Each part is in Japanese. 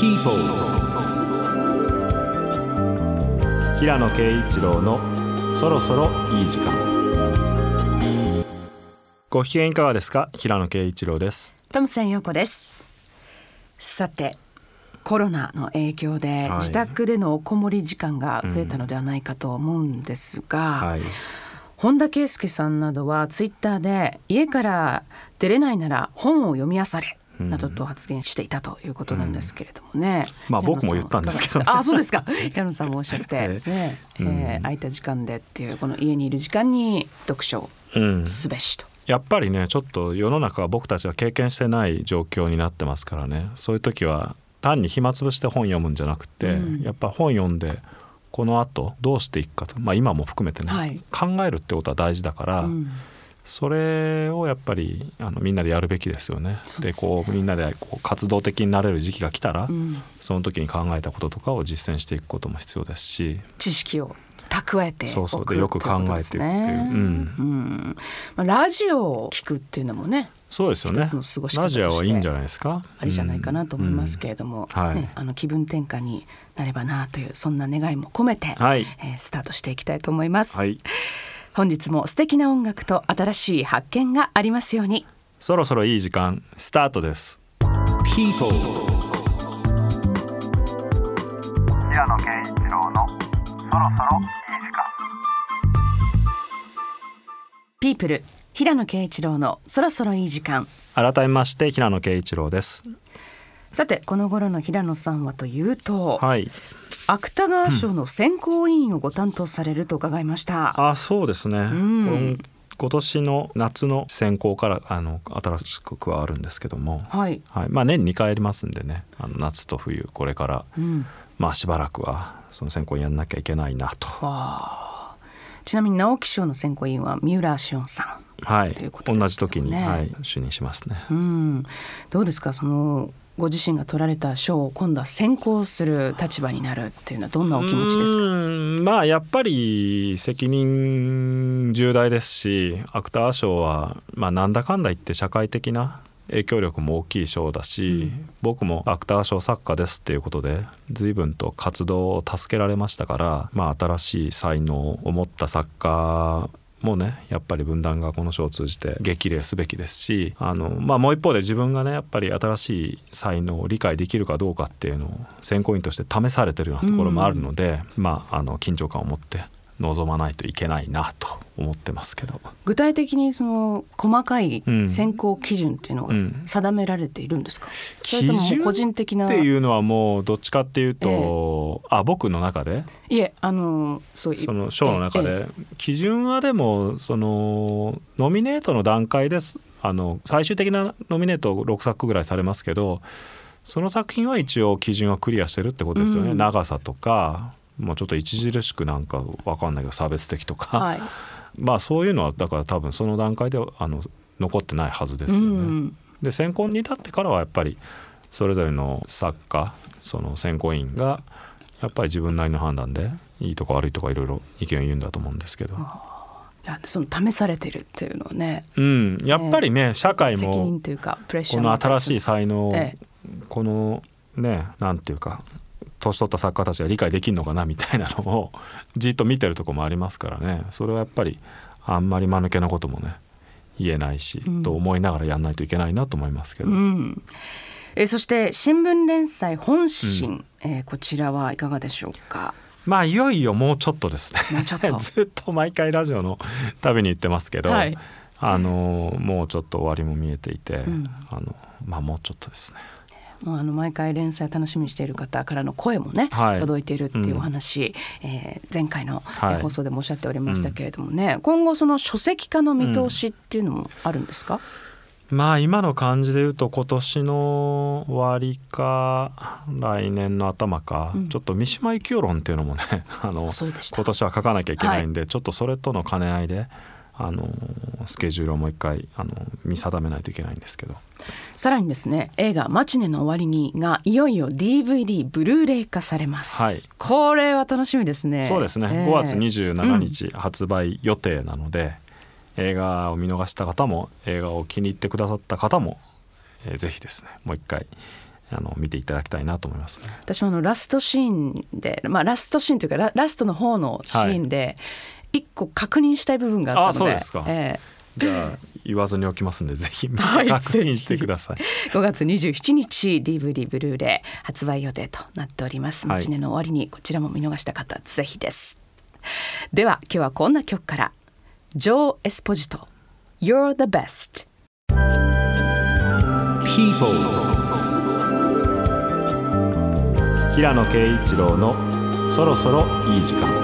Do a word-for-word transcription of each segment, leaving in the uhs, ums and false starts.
People 平野啓一郎のそろそろいい時間。ご機嫌いかがですか。平野啓一郎です。 トムセン陽子です。さて、コロナの影響で自宅でのおこもり時間が増えたのではないかと思うんですが、うんはい、本田圭佑さんなどはツイッターで家から出れないなら本を読み漁れなどと発言していたということなんですけれどもね、 うんまあ、僕も言ったんですけど、ね、 あそうですか。平野さんもおっしゃって、ねえーうん、空いた時間でっていうこの家にいる時間に読書をすべしと、 うんやっぱりねちょっと世の中は僕たちが経験してない状況になってますからね。そういう時は単に暇つぶして本読むんじゃなくて、うん、やっぱ本読んでこの後どうしていくかと、まあ、今も含めてね、はい、考えるってことは大事だから、うん、それをやっぱりあのみんなでやるべきですよね。でこうみんなでこう活動的になれる時期が来たら、うん、その時に考えたこととかを実践していくことも必要ですし、 知識を蓄えておくそうそうでよく考えていくっていう、うんうんまあ、ラジオを聞くっていうのもねそうですよね。 一つの過ごし方としてラジオはいいんじゃないですか。 ありじゃないかなと思いますけれども、うんうんね、あの気分転換になればなというそんな願いも込めて、はいえー、スタートしていきたいと思います、はい、本日も素敵な音楽と新しい発見がありますように。 そろそろいい時間スタートです。 People 平野啓一郎のそろそろピープル平野啓一郎のそろそろいい時間。 改めまして平野啓一郎です。 さてこの頃の平野さんはというと、 はい、 芥川賞の選考委員をご担当されると伺いました、 うん、あそうですね、うん、今年の夏の選考からあの新しく加わるんですけども、はいはいまあ、年にかいありますんでね、あの夏と冬これから、うんまあ、しばらくはその選考委員やんなきゃいけないなと。 ちなみに直木賞の選考委員は三浦紫音さん、はい、ということですけどね、同じ時に、はい、 就任しますね、 うん、どうですか、そのご自身が取られた賞を今度は選考する立場になるっていうのはどんなお気持ちですか。 うんまあやっぱり責任重大ですし、芥川賞は、まあ、なんだかんだ言って社会的な影響力も大きい賞だし、うん、僕も芥川賞作家ですっていうことで随分と活動を助けられましたから、まあ、新しい才能を持った作家もねやっぱり文壇がこの賞を通じて激励すべきですし、あの、まあ、もう一方で自分がねやっぱり新しい才能を理解できるかどうかっていうのを選考委員として試されてるようなところもあるので、うんまあ、あの緊張感を持って望まないといけないなと思ってますけど、 具体的にその細かい選考基準っていうのが定められているんですか、うん、それとももう個人的な基準っていうのはもうどっちかっていうと、えー、あ僕の中でいえあのそういうその賞の中で、えーえー、基準はでもそのノミネートの段階ですあの最終的なノミネートろくさくぐらいされますけど、その作品は一応基準はクリアしてるってことですよね、うん、長さとかもうちょっと著しくなんか分かんないけど差別的とか、はい、まあそういうのはだから多分その段階ではあの残ってないはずですよね、うん、で選考に至ってからはやっぱりそれぞれの作家その選考委員がやっぱり自分なりの判断でいいとか悪いとかいろいろ意見を言うんだと思うんですけど、いやその試されてるっていうのはね、 うん、やっぱりね、えー、社会も責任というかプレッシャーこの新しい才能を、えー、このねなんていうか年取った作家たちが理解できるのかなみたいなのをじっと見てるところもありますからね。それはやっぱりあんまり間抜けなこともね言えないし、うん、と思いながらやんないといけないなと思いますけど、うんえそして新聞連載本心、うんえー、こちらはいかがでしょうか。 まあいよいよもうちょっとですねもうちょっとずっと毎回ラジオのたびに言ってますけど、はい、あのもうちょっと終わりも見えていて、うん、あのまあもうちょっとですね。 もうあの毎回連載楽しみにしている方からの声もね、はい、届いているっていうお話、うんえー、前回の放送でもおっしゃっておりましたけれどもね、はいうん、今後その書籍化の見通しっていうのもあるんですか。 うん、まあ今の感じで言うと今年の終わりか来年の頭か、うん、ちょっと三島由紀夫論っていうのもねあの今年は書かなきゃいけないんで、はい、ちょっとそれとの兼ね合いであのスケジュールをもう一回あの見定めないといけないんですけど、 さらにですね映画マチネの終わりにがいよいよ ディーブイディー ブルーレイ化されます、はい、これは楽しみですね。 そうですね、えー、ごがつにじゅうしちにち発売予定なので、うん、映画を見逃した方も映画を気に入ってくださった方も、えー、ぜひですねもう一回、 あの見ていただきたいなと思います、ね、 私もあのラストシーンで、まあ、ラストシーンというか ラ, ラストの方のシーンで一個確認したい部分があったので、 あ、そうですか、 えー、 じゃあ言わずにおきますんでぜひ確認してください、はい、 ごがつにじゅうしちにち ディーブイディー ブルーレイ発売予定となっております。マチネの終わりにこちらも見逃した方ぜひです。では今日はこんな曲から、ジョー・エスポジト You're the best。 People 平野啓一郎のそろそろいい時間。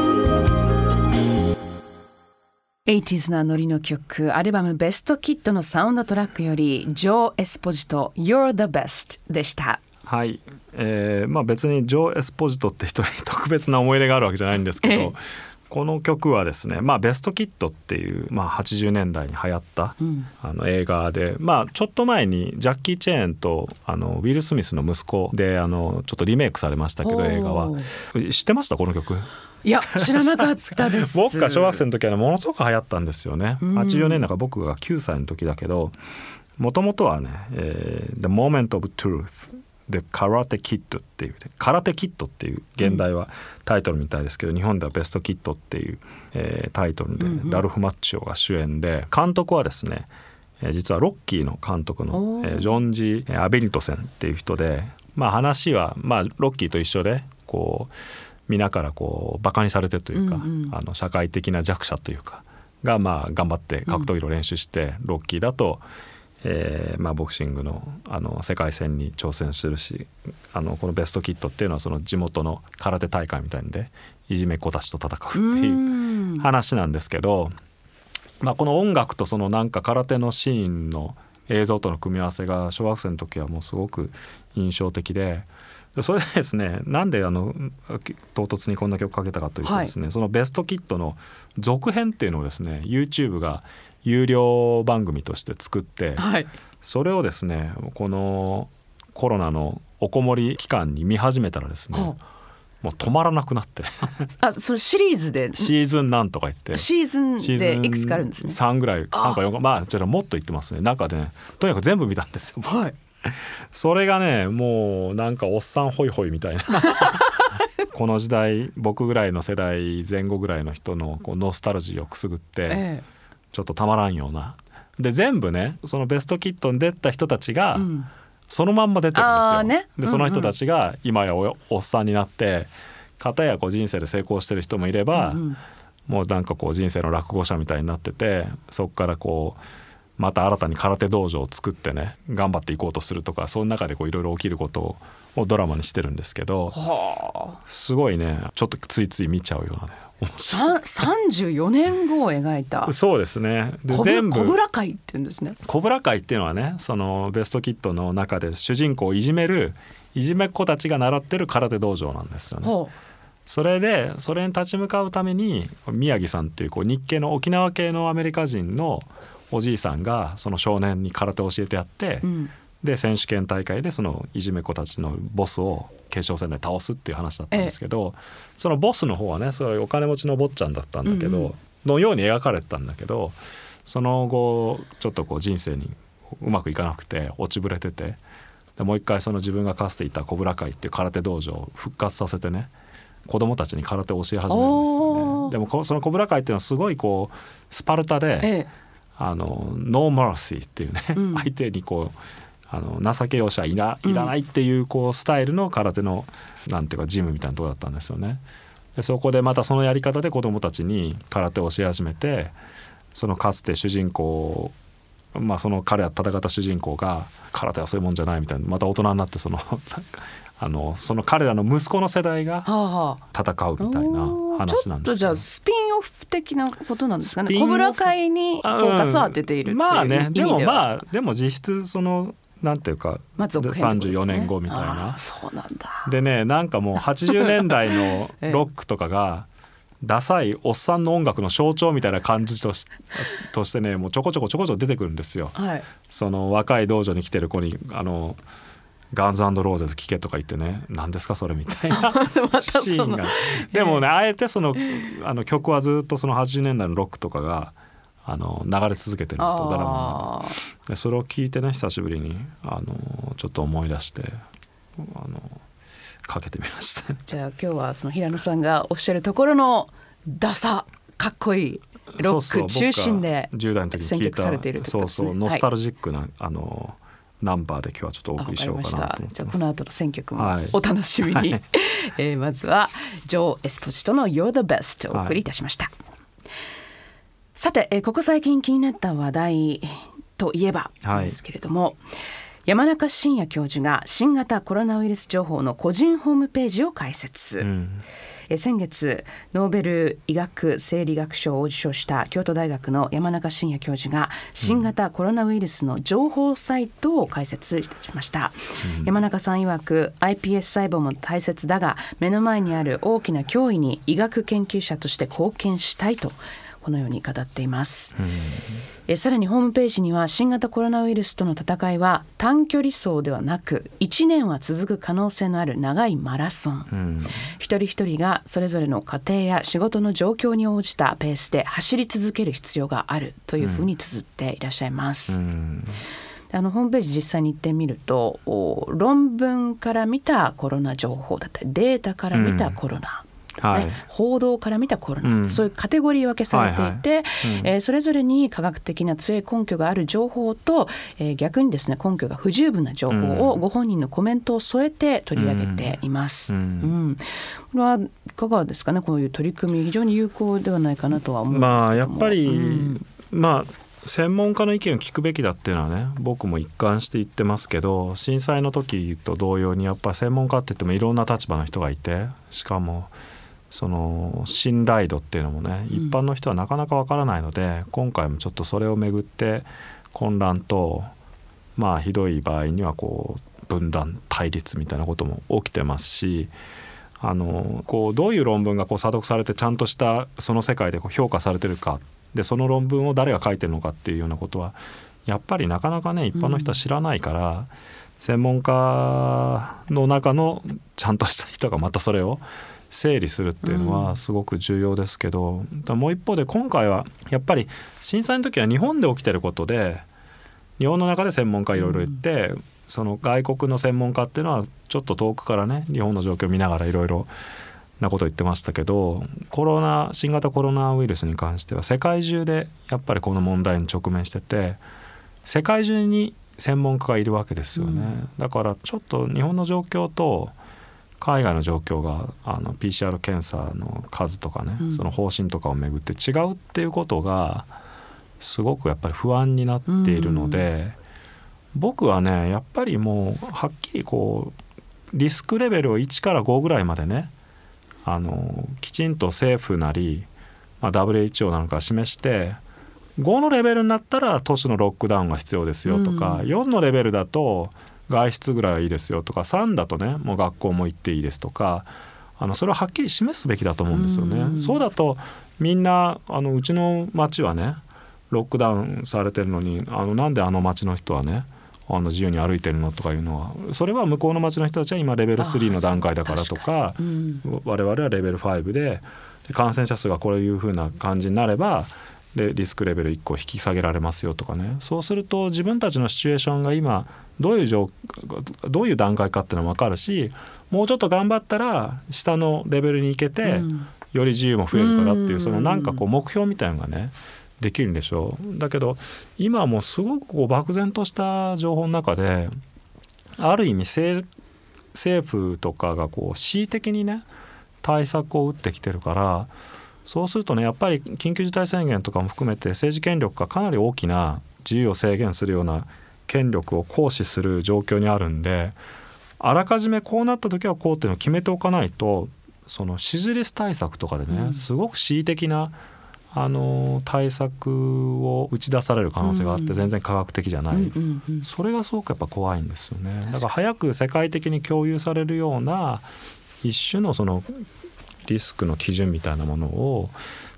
エイティーズ なノリの曲、アルバムベストキットのサウンドトラックよりジョー・エスポジト You're the best でした。 はい、えーまあ、別にジョー・エスポジトって人に特別な思い入れがあるわけじゃないんですけど、ええ、この曲はですね、まあ、ベストキットっていう、まあ、はちじゅうねんだいに流行った、うん、あの映画で、まあ、ちょっと前にジャッキー・チェーンとあのウィル・スミスの息子であのちょっとリメイクされましたけど、映画は知ってましたこの曲？ いや知らなかったです僕が小学生の時はものすごく流行ったんですよね、うん、はちじゅうねんだから僕がきゅうさいの時だけど、もともとはね、えー、The Moment of Truthでカラテキッドっていうカラテキッドっていう現代はタイトルみたいですけど、うん、日本ではベストキッドっていう、えー、タイトルで、うんうん、ラルフ・マッチオが主演で、監督はですね、えー、実はロッキーの監督の、えー、ジョンジ・アベリトセンっていう人で、まあ、話は、まあ、ロッキーと一緒でこう皆からこうバカにされてるというか、うんうん、あの社会的な弱者というかが、まあ、頑張って格闘技を練習して、うん、ロッキーだとえーまあ、ボクシング の, あの世界戦に挑戦するし、あのこのベストキットっていうのはその地元の空手大会みたいんでいじめっ子たちと戦うっていう話なんですけど、まあ、この音楽とそのなんか空手のシーンの映像との組み合わせが小学生の時はもうすごく印象的で、それでですね、なんであの唐突にこんな曲かけたかというとですね、はい、そのベストキットの続編っていうのをですね YouTube が有料番組として作って、はい、それをですねこのコロナのおこもり期間に見始めたらですね、はあ、もう止まらなくなってあ、それシリーズでシーズンなんとか言ってシーズンでいくつかあるんですね。 さんぐらいさんかよんか、まあじゃあもっと言ってますね。なんかねとにかく全部見たんですよ、はい、それがねもうなんかおっさんホイホイみたいなこの時代僕ぐらいの世代前後ぐらいの人のこうノスタルジーをくすぐって、ええ、ちょっとたまらんようなで、全部ねそのベストキットに出た人たちがそのまんま出てるんですよ、ね、でその人たちが今や お, おっさんになって片やこう人生で成功してる人もいれば、うんうん、もうなんかこう人生の落語者みたいになってて、そこからこうまた新たに空手道場を作ってね頑張っていこうとするとか、その中でいろいろ起きることをドラマにしてるんですけど、はあ、すごいねちょっとついつい見ちゃうようなねさんじゅうよねんごを描いたそうですね。で全部コブラ会って言うんですね。 コブラ会っていうのはねそのベストキットの中で主人公をいじめるいじめっ子たちが習ってる空手道場なんですよね。それでそれに立ち向かうために宮城さんっていう、こう日系の沖縄系のアメリカ人のおじいさんがその少年に空手を教えてやって、うん、で選手権大会でそのいじめっ子たちのボスを決勝戦で倒すっていう話だったんですけど、ええ、そのボスの方はねそういうお金持ちの坊ちゃんだったんだけど、うんうん、のように描かれてたんだけど、その後ちょっとこう人生にうまくいかなくて落ちぶれてて、でもう一回その自分がかつていたコブラ会っていう空手道場を復活させてね子供たちに空手を教え始めるんですよね。でもそのコブラ会っていうのはすごいこうスパルタで、ええ、あのノーマーシーっていうね、うん、相手にこうあの情け容赦いら、いらないっていう、こうスタイルの空手のなんていうかジムみたいなところだったんですよね。でそこでまたそのやり方で子どもたちに空手を教え始めて、そのかつて主人公、まあ、その彼は戦った主人公が空手はそういうもんじゃないみたいな、また大人になってそのあのその彼らの息子の世代が戦うみたいな話なんですけど、ちょっとじゃあスピンオフ的なことなんですかね。コブラ会にフォーカスを当てているっていう意味では、 まあね、でもまあでも実質そのなんていうか、まあね、さんじゅうよねんごみたいな。 そうなんだ。 でね、なんかもうはちじゅうねんだいのロックとかがダサいおっさんの音楽の象徴みたいな感じと し, としてねもうちょこちょこちょこちょこ出てくるんですよ、はい、その若い道場に来てる子にあのガンズ&ローゼズ聴けとか言ってね、何ですかそれみたいなシーンがでもね、あえてそのあの曲はずっとそのはちじゅうねんだいのロックとかがあの流れ続けてるんですよ、ドラマで。それを聞いてね久しぶりにあのちょっと思い出して、 あのかけてみました。 じゃあ今日はその平野さんがおっしゃるところのダサかっこいいロック中心で選曲されているということですね。 そうそうノスタルジックな、はい、あのナンバーで今日はちょっとお送りしようかなと思ってます。 じゃあこの後の選曲もお楽しみに、はいえー、まずはジョー・エスポジトの You're the Best をお送りいたしました、はい、さて、えー、ここ最近気になった話題といえばなんですけれども、はい、山中伸弥教授が新型コロナウイルス情報の個人ホームページを開設、うん先月ノーベル医学生理学賞を受賞した京都大学の山中伸弥教授が新型コロナウイルスの情報サイトを開設いたしました、うん、山中さん曰く アイピーエス 細胞も大切だが目の前にある大きな脅威に医学研究者として貢献したいとこのように語っています、うん、えさらにホームページには新型コロナウイルスとの戦いは短距離走ではなくいちねんは続く可能性のある長いマラソン、うん、一人一人がそれぞれの家庭や仕事の状況に応じたペースで走り続ける必要があるというふうに綴っていらっしゃいます、うん、あのホームページ実際に行ってみると論文から見たコロナ情報だったりデータから見たコロナ、うんはい、報道から見たコロナ、うん、そういうカテゴリー分けされていて、はいはいうんえー、それぞれに科学的な強い根拠がある情報と、えー、逆にですね根拠が不十分な情報をご本人のコメントを添えて取り上げています、うんうん、これはいかがですかね。こういう取り組み非常に有効ではないかなとは思うんですけども、 まあ、やっぱり、うん、まあ専門家の意見を聞くべきだっていうのはね僕も一貫して言ってますけど震災の時と同様にやっぱり専門家って言ってもいろんな立場の人がいてしかもその信頼度っていうのもね、うん、一般の人はなかなかわからないので今回もちょっとそれをめぐって混乱とまあひどい場合にはこう分断対立みたいなことも起きてますしあのこうどういう論文がこう査読されてちゃんとしたその世界でこう評価されてるかでその論文を誰が書いてるのかっていうようなことはやっぱりなかなかね一般の人は知らないから、うん、専門家の中のちゃんとした人がまたそれを整理するっていうのはすごく重要ですけど、うん、もう一方で今回はやっぱり震災の時は日本で起きてることで日本の中で専門家いろいろ言って、うん、その外国の専門家っていうのはちょっと遠くからね日本の状況を見ながらいろいろなことを言ってましたけどコロナ新型コロナウイルスに関しては世界中でやっぱりこの問題に直面してて世界中に専門家がいるわけですよね、うん、だからちょっと日本の状況と海外の状況があの ピーシーアール 検査の数とかね、うん、その方針とかをめぐって違うっていうことがすごくやっぱり不安になっているので、うん、僕はねやっぱりもうはっきりこうリスクレベルをいちからごぐらいまでねあのきちんと政府なり、まあ、ダブリューエイチオー なのか示してごのレベルになったら都市のロックダウンが必要ですよとか、うん、よんのレベルだと外出ぐらいはいいですよとかさんだとねもう学校も行っていいですとかあのそれをはっきり示すべきだと思うんですよね、うん、そうだとみんなあのうちの町はねロックダウンされてるのにあのなんであの町の人はねあの自由に歩いてるのとかいうのはそれは向こうの町の人たちは今レベルスリーの段階だからとか、うん、我々はレベルファイブで感染者数がこういう風な感じになればでリスクレベルいっこ引き下げられますよとかねそうすると自分たちのシチュエーションが今どういう状どういう段階かっていうのも分かるしもうちょっと頑張ったら下のレベルに行けて、うん、より自由も増えるからっていうそのなんかこう目標みたいなのがねできるんでしょう。だけど今はもうすごくこう漠然とした情報の中である意味政府とかがこう恣意的にね対策を打ってきてるからそうするとねやっぱり緊急事態宣言とかも含めて政治権力がかなり大きな自由を制限するような権力を行使する状況にあるんであらかじめこうなった時はこうっていうのを決めておかないとその支持率対策とかでね、うん、すごく恣意的なあの対策を打ち出される可能性があって全然科学的じゃない、うんうんうんうん、それがすごくやっぱ怖いんですよね。だから早く世界的に共有されるような一種のそのリスクの基準みたいなものを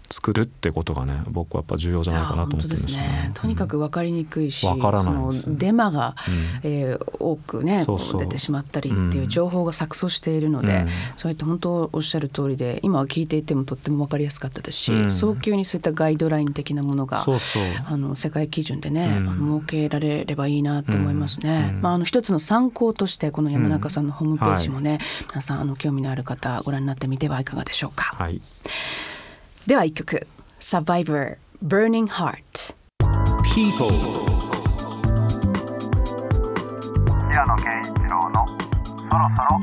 作るってことがね僕はやっぱ重要じゃないかなと思ってるんですよね。 ねとにかく分かりにくいし、 うん、分からないです、 そのデマが、うんえー、多くねそうそう出てしまったりっていう情報が錯綜しているので、うん、そうやって本当おっしゃる通りで今は聞いていてもとっても分かりやすかったですし、うん、早急にそういったガイドライン的なものがそうそうあの世界基準でね、うん、設けられればいいなと思いますね、 うんまあ、あの一つの参考としてこの山中さんのホームページもね、うんはい、皆さんあの興味のある方ご覧になってみてはいかがでしょうか、 はい、 ではいっきょくSurvivor Burning Heart People 平野啓一郎のそろそろいい時間。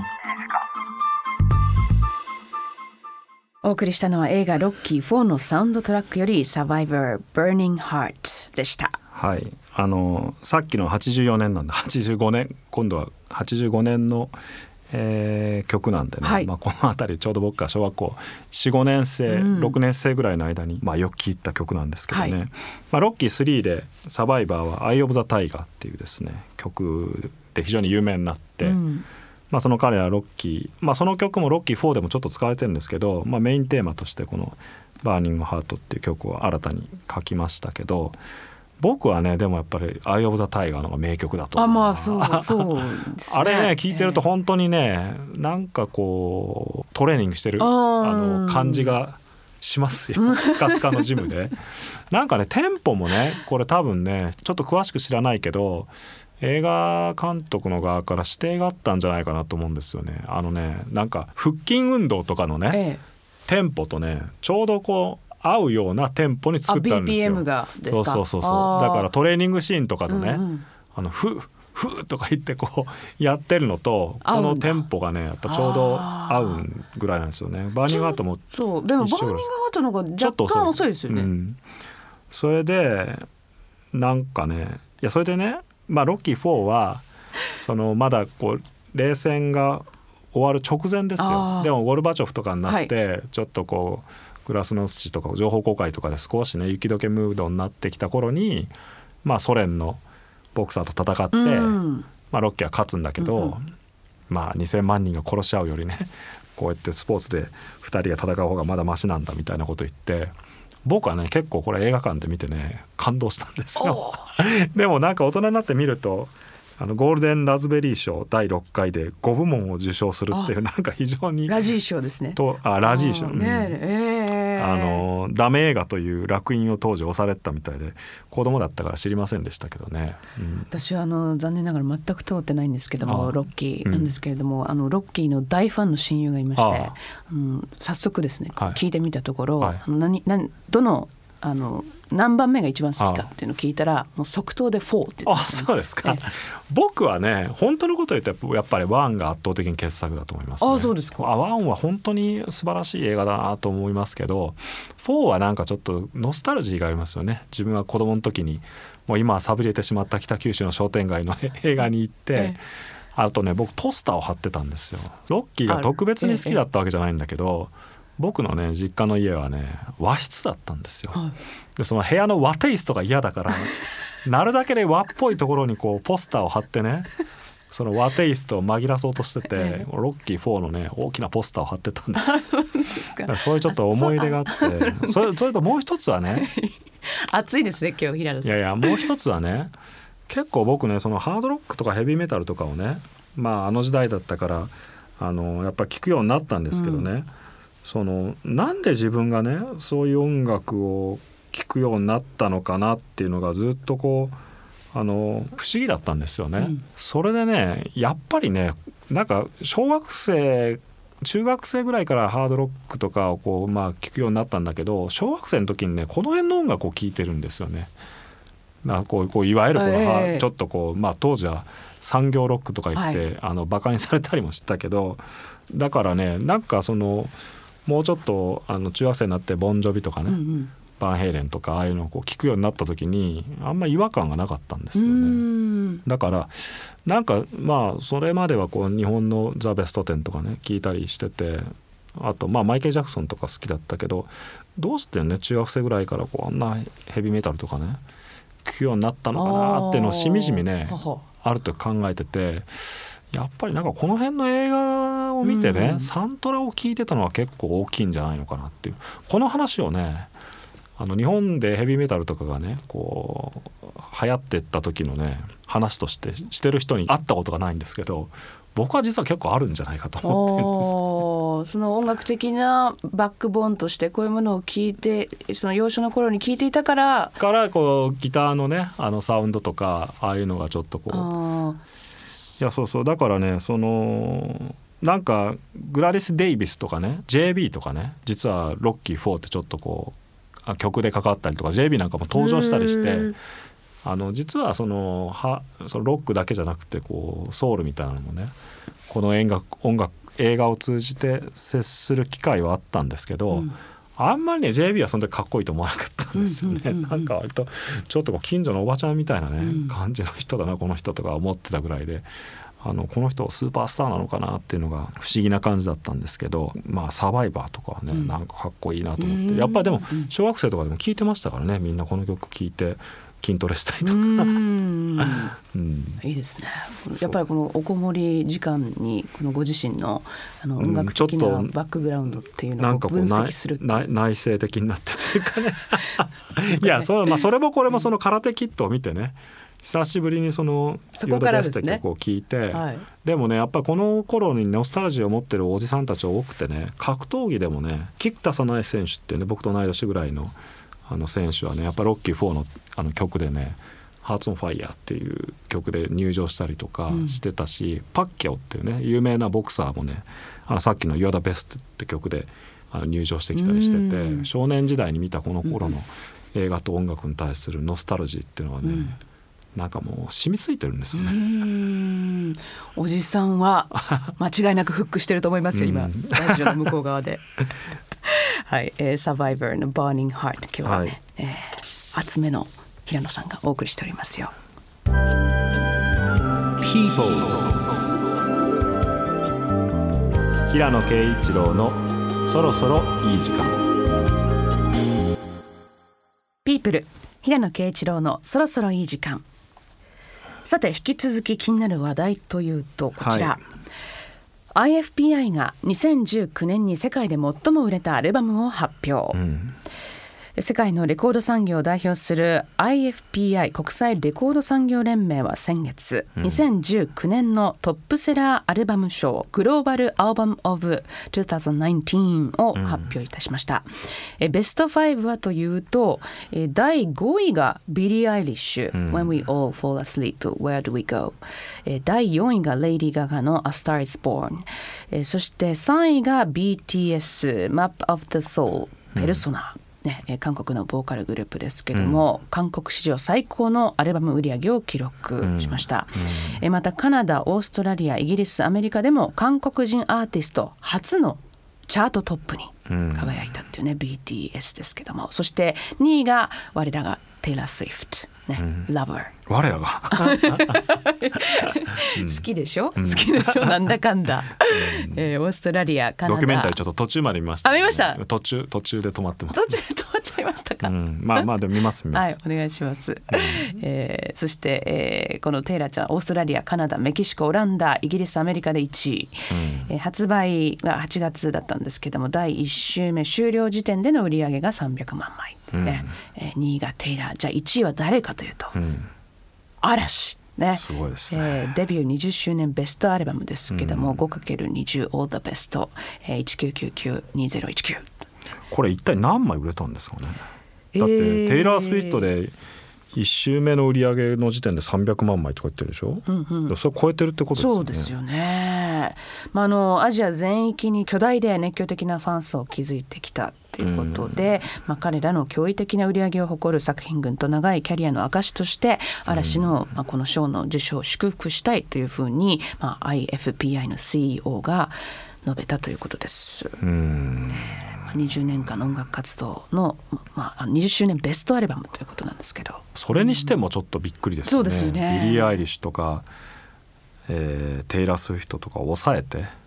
お送りしたのは映画ロッキーフォーのサウンドトラックより Survivor Burning Heart でした。 はい、あのさっきのはちじゅうよねんなんではちじゅうごねん今度ははちじゅうごねんのえー、曲なんでね、はいまあ、このあたりちょうど僕が小学校 よん,ご 年生、うん、ろくねん生ぐらいの間に、まあ、よく聴いた曲なんですけどね、はいまあ、ロッキースリーでサバイバーは Eye of the Tiger っていうですね曲で非常に有名になって、うんまあ、その彼らロッキー、まあ、その曲もロッキーフォーでもちょっと使われてるんですけど、まあ、メインテーマとしてこのバーニングハートっていう曲を新たに書きましたけど、僕はねでもやっぱり Eye of the Tiger のが名曲だと思う。 あまあそうそうですね。 あれね聞いてると本当にね、えー、なんかこうトレーニングしてるあの感じがしますよ。スカスカのジムでなんかねテンポもねこれ多分ねちょっと詳しく知らないけど映画監督の側から指定があったんじゃないかなと思うんですよね。あのねなんか腹筋運動とかのね、ええ、テンポとねちょうどこう合うようなテンポに作ってあるんですよ。 ビーピーエム がですか。 そうそうそうそうだからトレーニングシーンとかのね、うんうん、あのフッフーとか言ってこうやってるのとこのテンポがねやっぱちょうど合うぐらいなんですよね。バーニングハートもそうでもバーニングハートの方が若干遅いですよね。うん、 それでなんかねいやそれでねまあロッキーフォーはそのまだこう冷戦が終わる直前ですよ。でもゴルバチョフとかになってちょっとこうグラスノスチとか情報公開とかで少しね雪解けムードになってきた頃に、まあ、ソ連のボクサーと戦って、うんまあ、ロッキーは勝つんだけど、うんうんまあ、にせんまんにんが殺し合うよりねこうやってスポーツでふたりが戦う方がまだマシなんだみたいなこと言って僕はね結構これ映画館で見てね感動したんですよ。でもなんか大人になって見るとあのゴールデンラズベリー賞だいろっかいでごぶもんを受賞するっていうなんか非常にラジー賞ですね。 とあラジー賞、 ねえー、 あのダメ映画という烙印を当時押されてたみたいで子供だったから知りませんでしたけどね、 うん、私はあの残念ながら全く通ってないんですけどもロッキーなんですけれども、うん、あのロッキーの大ファンの親友がいまして、うん、早速ですね、はい、聞いてみたところ、はい、あの何何どのあの何番目が一番好きかっていうのを聞いたらもう即答でフォーって言ってました、ね、 あそうですか、ええ、僕はね本当のことを言うとやっぱりワンが圧倒的に傑作だと思います、ね、 あそうですか。 ワンは本当に素晴らしい映画だなと思いますけどフォーはなんかちょっとノスタルジーがありますよね。自分は子供の時にもう今は寂れてしまった北九州の商店街の映画に行って、ええ、あとね僕ポスターを貼ってたんですよ。ロッキーが特別に好きだったわけじゃないんだけど、ええ僕のね実家の家はね和室だったんですよ、はい、でその部屋の和テイストが嫌だからなるだけで和っぽいところにこうポスターを貼ってねその和テイストを紛らそうとしてて、ええ、ロッキーフォーのね大きなポスターを貼ってたんです。 そうですか。 そういうちょっと思い出があってそれ、それともう一つはね暑いですね今日平野さん。 いやいやもう一つはね結構僕ねそのハードロックとかヘビーメタルとかをねまああの時代だったからあのやっぱ聞くようになったんですけどね、うんそのなんで自分がねそういう音楽を聴くようになったのかなっていうのがずっとこうあの不思議だったんですよね、うん、それでねやっぱりねなんか小学生中学生ぐらいからハードロックとかをこう、まあ、聴くようになったんだけど小学生の時にねこの辺の音楽を聴いてるんですよね。なんかこうこういわゆるこの、えー、ちょっとこう、まあ、当時は産業ロックとか言って、はい、あのバカにされたりもしたけどだからねなんかそのもうちょっとあの中学生になってボンジョビとかね、うんうん、バンヘイレンとかああいうのをこう聞くようになった時にあんまり違和感がなかったんですよね。だからなんかまあそれまではこう日本のザ・ベストテンとかね聞いたりしててあとまあマイケル・ジャクソンとか好きだったけどどうしてね中学生ぐらいからこうあんなヘビーメタルとかね聞くようになったのかなっていうのをしみじみねあると考えててやっぱりなんかこの辺の映画を見てね、 うん、 サントラを聴いてたのは結構大きいんじゃないのかなっていう。この話をね、あの日本でヘビーメタルとかがねこう流行ってった時のね話としてしてる人に会ったことがないんですけど、僕は実は結構あるんじゃないかと思ってるんですよ。 その音楽的なバックボーンとしてこういうものを聞いて、その幼少の頃に聞いていたからからこうギターのねあのサウンドとかああいうのがちょっとこう、いやそうそう、だからねそのなんかグラディス・デイビスとかね ジェイビー とかね、実はロッキーフォーってちょっとこう曲でかかったりとか ジェイビー なんかも登場したりして、あの実はそのはそのロックだけじゃなくてこうソウルみたいなのもねこの音楽音楽映画を通じて接する機会はあったんですけど、うん、あんまりね ジェイビー はその時かっこいいと思わなかったんですよね、うんうんうんうん、なんか割とちょっとこう近所のおばちゃんみたいなね、うん、感じの人だなこの人とか思ってたぐらいで、あのこの人スーパースターなのかなっていうのが不思議な感じだったんですけど、まあサバイバーとかはね、うん、なんかかっこいいなと思って、やっぱりでも小学生とかでも聴いてましたからね、みんなこの曲聴いて筋トレしたりとか、うん、 うん、いいですね。やっぱりこのおこもり時間にこのご自身 の, あの音楽的なバックグラウンドっていうのを分析するっていう、 なんかこう内省的になってというかねいや そ, まあ、それもこれもその空手キットを見てね、久しぶりにそのヨーダベスって曲を聴いて、で, ねはい、でもねやっぱりこの頃にノスタルジーを持ってるおじさんたち多くてね、格闘技でもねキクタサナエ選手っていうね、僕と同い年ぐらいのあの選手はねやっぱロッキーフォー の, あの曲でねハーツオンファイヤーっていう曲で入場したりとかしてたし、うん、パッキャオっていうね有名なボクサーもねあのさっきの You're the Best って曲であの入場してきたりしてて、うん、少年時代に見たこの頃の映画と音楽に対するノスタルジーっていうのはね、うん、なんかもう染みついてるんですよね。うーん、おじさんは間違いなくフックしてると思いますよ今、うん、ラジオの向こう側ではい、えー、サバイバーの Burning Heart 今日はね、はい、えー、厚めの平野さんがお送りしておりますよ。 People 平野啓一郎のそろそろいい時間。 People 平野啓一郎のそろそろいい時間。さて引き続き気になる話題というとこちら、はい、アイエフピーアイ がにせんじゅうきゅうねんに世界で最も売れたアルバムを発表、うん、世界のレコード産業を代表する アイエフピーアイ 国際レコード産業連盟は先月、うん、にせんじゅうきゅうねんのトップセラーアルバム賞グローバルアルバムオブにせんじゅうきゅうを発表いたしました、うん、えベストファイブはというとえだいごいがビリー・アイリッシュ、うん、When We All Fall Asleep Where Do We Go、えだいよんいがレイディ・ガガの A Star Is Born、えそしてさんいが ビーティーエス Map of the Soul ペルソナ、うんね、韓国のボーカルグループですけども、うん、韓国史上最高のアルバム売り上げを記録しました、うんうん、またカナダ、オーストラリア、イギリス、アメリカでも韓国人アーティスト初のチャートトップに輝いたっていうね、うん、ビーティーエス ですけども、そしてにいが我らがテイラー・スウィフトね、うん、Lover 我らが好きでしょ、うん、好きでしょなんだかんだ、うんえー、オーストラリア、カナダ、 ドキュメンタリーちょっと途中まで見ました、 ね、あ見ました。 途中途中で止まってます、ね、 途中で止まっちゃいましたか、 うん、まあまあでも見ます見ます、 はい、お願いします、うんえー、そして、えー、このテイラーちゃんオーストラリア、カナダ、メキシコ、オランダ、イギリス、アメリカでいちい、うんえー、発売がはちがつだったんですけどもだいいっ週目終了時点での売り上げがさんびゃくまんまい、うんねえー、にいがテイラー、じゃあいちいは誰かというと、うん嵐ね、 すごいですね、 えー、デビューにじゅっしゅうねんベストアルバムですけども、うん、ごかけるにじゅう All the Best、えー、いちきゅうきゅうきゅうにせんじゅうきゅう、 これ一体何枚売れたんですかね。だって、えー、テイラー・スウィフトでいっ週目の売り上げの時点でさんびゃくまんまいとか言ってるでしょ、うんうん、それ超えてるってことですよね。 そうですよね、まあ、あのアジア全域に巨大で熱狂的なファン層を築いてきたということで、うんまあ、彼らの驚異的な売り上げを誇る作品群と長いキャリアの証として嵐の、まあ、この賞の受賞を祝福したいというふうに、まあ、アイエフピーアイ の シーイーオー が述べたということです、うんまあ、にじゅうねんかんの音楽活動の、まあ、にじゅっしゅうねんベストアルバムということなんですけど、 それにしてもちょっとびっくりですよね、 うん、そうですよね。 ビリー・アイリッシュとか、えー、テイラー・スウィフトとかを抑えて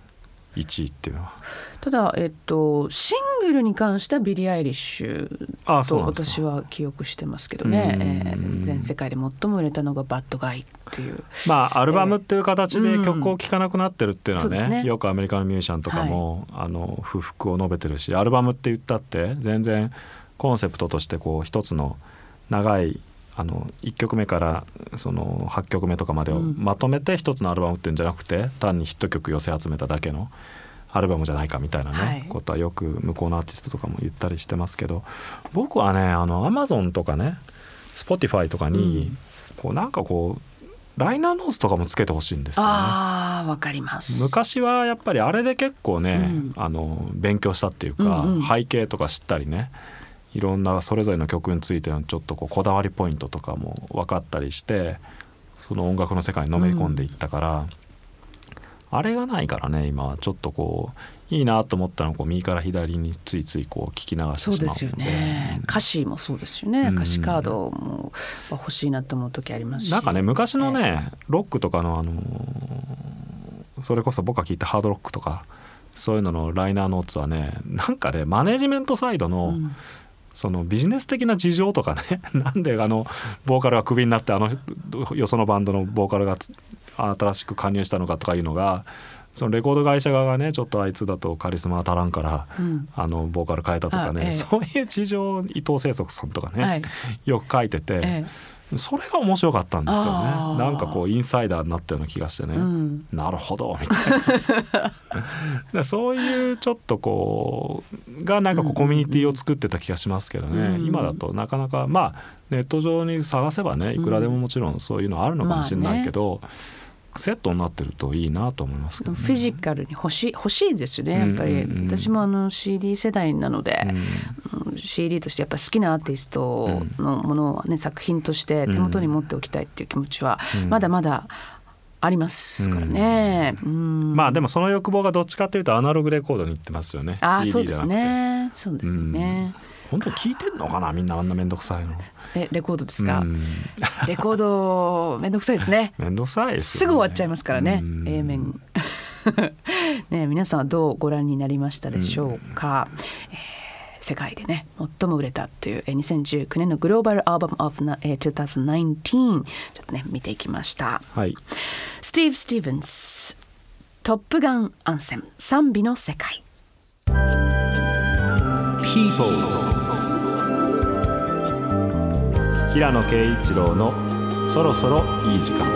いちいっていうのは。 ただ、えっと、シングルに関してはビリー・アイリッシュと私は記憶してますけどね、えー、全世界で最も売れたのがバッドガイっていう、 まあアルバムっていう形で曲を聴かなくなってるっていうのは ね,、うん、ねよくアメリカのミュージシャンとかも、はい、あの不服を述べてるし、アルバムって言ったって全然コンセプトとしてこう一つの長いあのいっきょくめからそのはっきょくめとかまでをまとめて一つのアルバムっていうんじゃなくて、単にヒット曲寄せ集めただけのアルバムじゃないかみたいなね、はい、ことはよく向こうのアーティストとかも言ったりしてますけど、僕はねあの Amazon とかね Spotify とかにこうなんかこうライナーノーツとかもつけてほしいんですよね。 あー、わかります。 昔はやっぱりあれで結構ね、うん、あの勉強したっていうか、うんうん、背景とか知ったりね、いろんなそれぞれの曲についてのちょっとこうこだわりポイントとかも分かったりして、その音楽の世界にのめり込んでいったから、うん、あれがないからね今はちょっとこういいなと思ったのをこう右から左についついこう聞き流してしまうので。 そうですよね、うん、歌詞もそうですよね、うん、歌詞カードも欲しいなと思う時ありますし、 なんかね昔のね、えー、ロックとかの、あのー、それこそ僕が聞いたハードロックとかそういうののライナーノーツはね、なんかねマネジメントサイドの、うんそのビジネス的な事情とかねなんであのボーカルがクビになってあのよそのバンドのボーカルが新しく加入したのかとかいうのが、そのレコード会社側がねちょっとあいつだとカリスマ足らんから、うん、あのボーカル変えたとかね、ええ、そういう事情を伊藤清則さんとかね、はい、よく書いてて、ええ、それが面白かったんですよね。なんかこうインサイダーになったような気がしてね、うん、なるほどみたいなそういうちょっとこうがなんかこうコミュニティを作ってた気がしますけどね、うんうん、今だとなかなかまあネット上に探せばねいくらでももちろんそういうのあるのかもしれないけど、うんまあね、セットになってるといいなと思いますけど、ね、 フィジカルに欲しい、欲しいですねやっぱり、うんうんうん、私もあの シーディー 世代なので、うん、シーディー としてやっぱ好きなアーティストのものを、ね、作品として手元に持っておきたいっていう気持ちはまだまだありますからね、うんうん、 まあでもその欲望がどっちかというとアナログレコードに行ってますよね。 あ シーディー じゃなくて。そうですね、そうですよね、 うん、本当聞いてんのかなみんなあんなめんどくさいの。 えレコードですか、うん、レコードめんどくさいですね。 めんどくさいですよね。 すぐ終わっちゃいますからね、うん、A 面ね、皆さんはどうご覧になりましたでしょうか、うんえー、世界でね最も売れたというにせんじゅうきゅうねんのグローバルアルバムオブにせんじゅうきゅうちょっとね見ていきました、はい、スティーブ・スティーブンストップガンアンセム賛美の世界。 People 平野啓一郎のそろそろいい時間。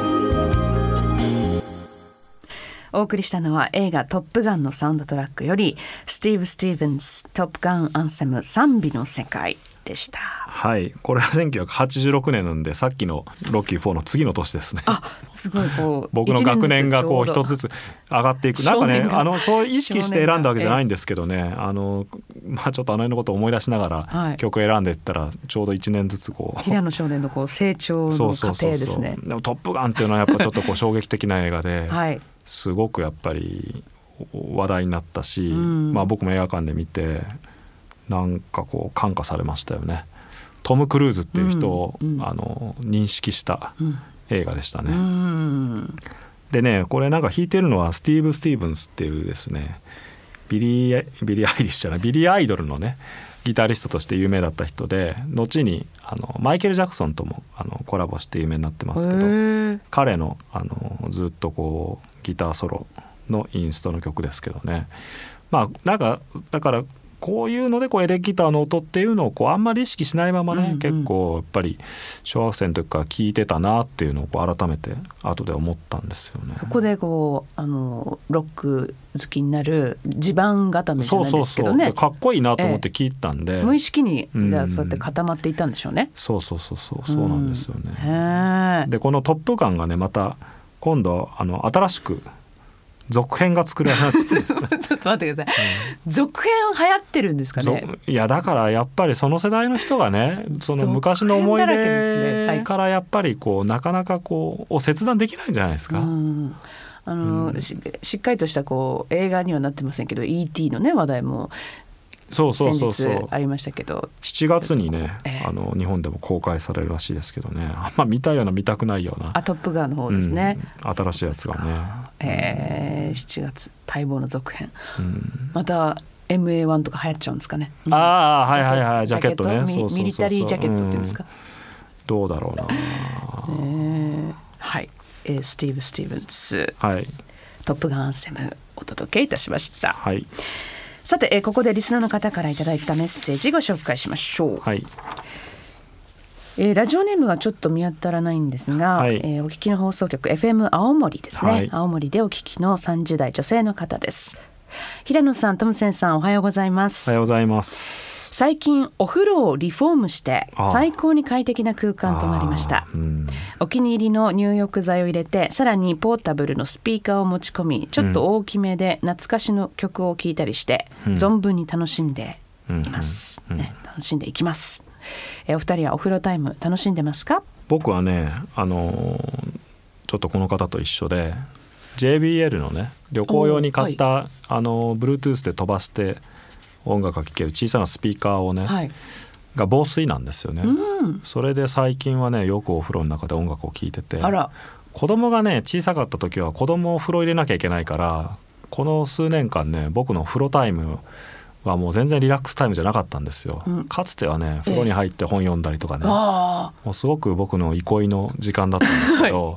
お送りしたのは映画トップガンのサウンドトラックよりスティーブ・スティーブンストップガンアンセム賛美の世界でした。 はい、これはせんきゅうひゃくはちじゅうろくねんなんでさっきのロッキーフォーの次の年ですね。 あすごいこう僕の学年がこう一つずつ上がっていくなんかねあのそう意識して選んだわけじゃないんですけどね、あの、まあ、ちょっとあの辺のことを思い出しながら曲選んでいったらちょうどいちねんずつこう平野少年のこう成長の過程ですね。そうそうそうそう。 でもトップガンっていうのはやっぱちょっとこう衝撃的な映画で、はい、すごくやっぱり話題になったし、うんまあ、僕も映画館で見てなんかこう感化されましたよね。トム・クルーズっていう人を、うんうん、あの認識した映画でしたね、うん、でねこれなんか弾いてるのはスティーブ・スティーブンスっていうですねビリー・ビリー・アイリッシュじゃないビリー・アイドルのねギタリストとして有名だった人で後にあのマイケル・ジャクソンともあのコラボして有名になってますけど彼の、あのずっとこうギターソロのインストの曲ですけどね、まあなんかだからこういうのでこうエレキギターの音っていうのをこうあんまり意識しないままね、うんうん、結構やっぱり小学生の時から聴いてたなっていうのをこう改めて後で思ったんですよね。 そこでこうあのロック好きになる地盤固めじゃないですけどね、そうそうそうかっこいいなと思って聴いたんで、 ええ、無意識にじゃあそうやって固まっていたんでしょうね、うん、 そうそうそうそうそうなんですよね、うん、でこのトップガンがねまた今度あの新しく続編が作られましてちょっと待ってください、うん、続編流行ってるんですかね。 いやだからやっぱりその世代の人がねその昔の思い出からやっぱりこうなかなかこう切断できないんじゃないですか。うんあの、うん、し, しっかりとしたこう映画にはなってませんけど イーティー のね話題もそうそうそうそう先日ありましたけど、 しちがつにね、 ええ、 あの日本でも公開されるらしいですけどね、あんま見たいような見たくないような、 あトップガンの方ですね、 うん、新しいやつがね、 えー、しちがつ待望の続編、 うん、 また エムエーワン とか流行っちゃうんですかね、 ああはいはいはい、ジャケットね、 ミ, そうそうそうそう、 ミリタリージャケットっていうんですか、 うん、どうだろうな、 えー、はい、えー、スティーブ・スティーブンス、 はい、トップガンアンセムお届けいたしました。 はい、 さて、えー、ここでリスナーの方からいただいたメッセージご紹介しましょう。 はい、 えー、ラジオネームはちょっと見当たらないんですが、はい、えー、お聞きの放送局 エフエム 青森ですね、はい、青森でお聞きのさんじゅう代女性の方です。平野さん、トムセンさん、おはようございます。 おはようございます。 最近お風呂をリフォームして最高に快適な空間となりました。うん、お気に入りの入浴剤を入れて、さらにポータブルのスピーカーを持ち込み、ちょっと大きめで懐かしの曲を聴いたりして、うん、存分に楽しんでいます、うんうんね、楽しんでいきます。えお二人はお風呂タイム楽しんでますか？ 僕はね、あのー、ちょっとこの方と一緒で ジェイビーエル のね、旅行用に買った、はい、あの Bluetooth で飛ばして音楽が聴ける小さなスピーカーをね、はい、が防水なんですよね、うん、それで最近はね、よくお風呂の中で音楽を聴いてて、 あら、 子供がね小さかった時は子供を風呂入れなきゃいけないから、この数年間ね、僕の風呂タイムはもう全然リラックスタイムじゃなかったんですよ、うん、かつてはね、風呂に入って本読んだりとかね、もうすごく僕の憩いの時間だったんですけど、はい、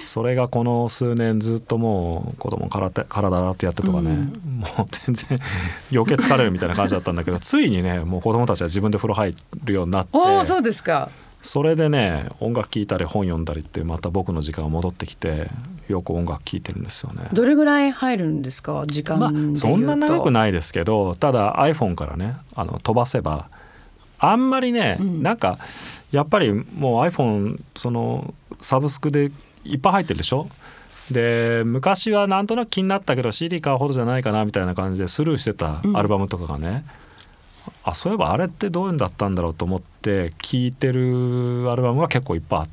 それがこの数年ずっともう子供から体洗ってやってとかね、うん、もう全然余計疲れるみたいな感じだったんだけどついにね、もう子供たちは自分で風呂入るようになって、 お、そうですか。 それでね、音楽聴いたり本読んだりってまた僕の時間が戻ってきて、よく音楽聴いてるんですよね。 どれぐらい入るんですか、時間でいうと。 まあ、そんな長くないですけど、ただ iPhone からね、あの飛ばせばあんまりね、うん、なんかやっぱりもう iPhone そのサブスクでいっぱい入ってるでしょ。で、昔はなんとなく気になったけど シーディー 買うほどじゃないかなみたいな感じでスルーしてたアルバムとかがね、うん、あ、そういえばあれってどういうんだったんだろうと思って聴いてるアルバムが結構いっぱいあって、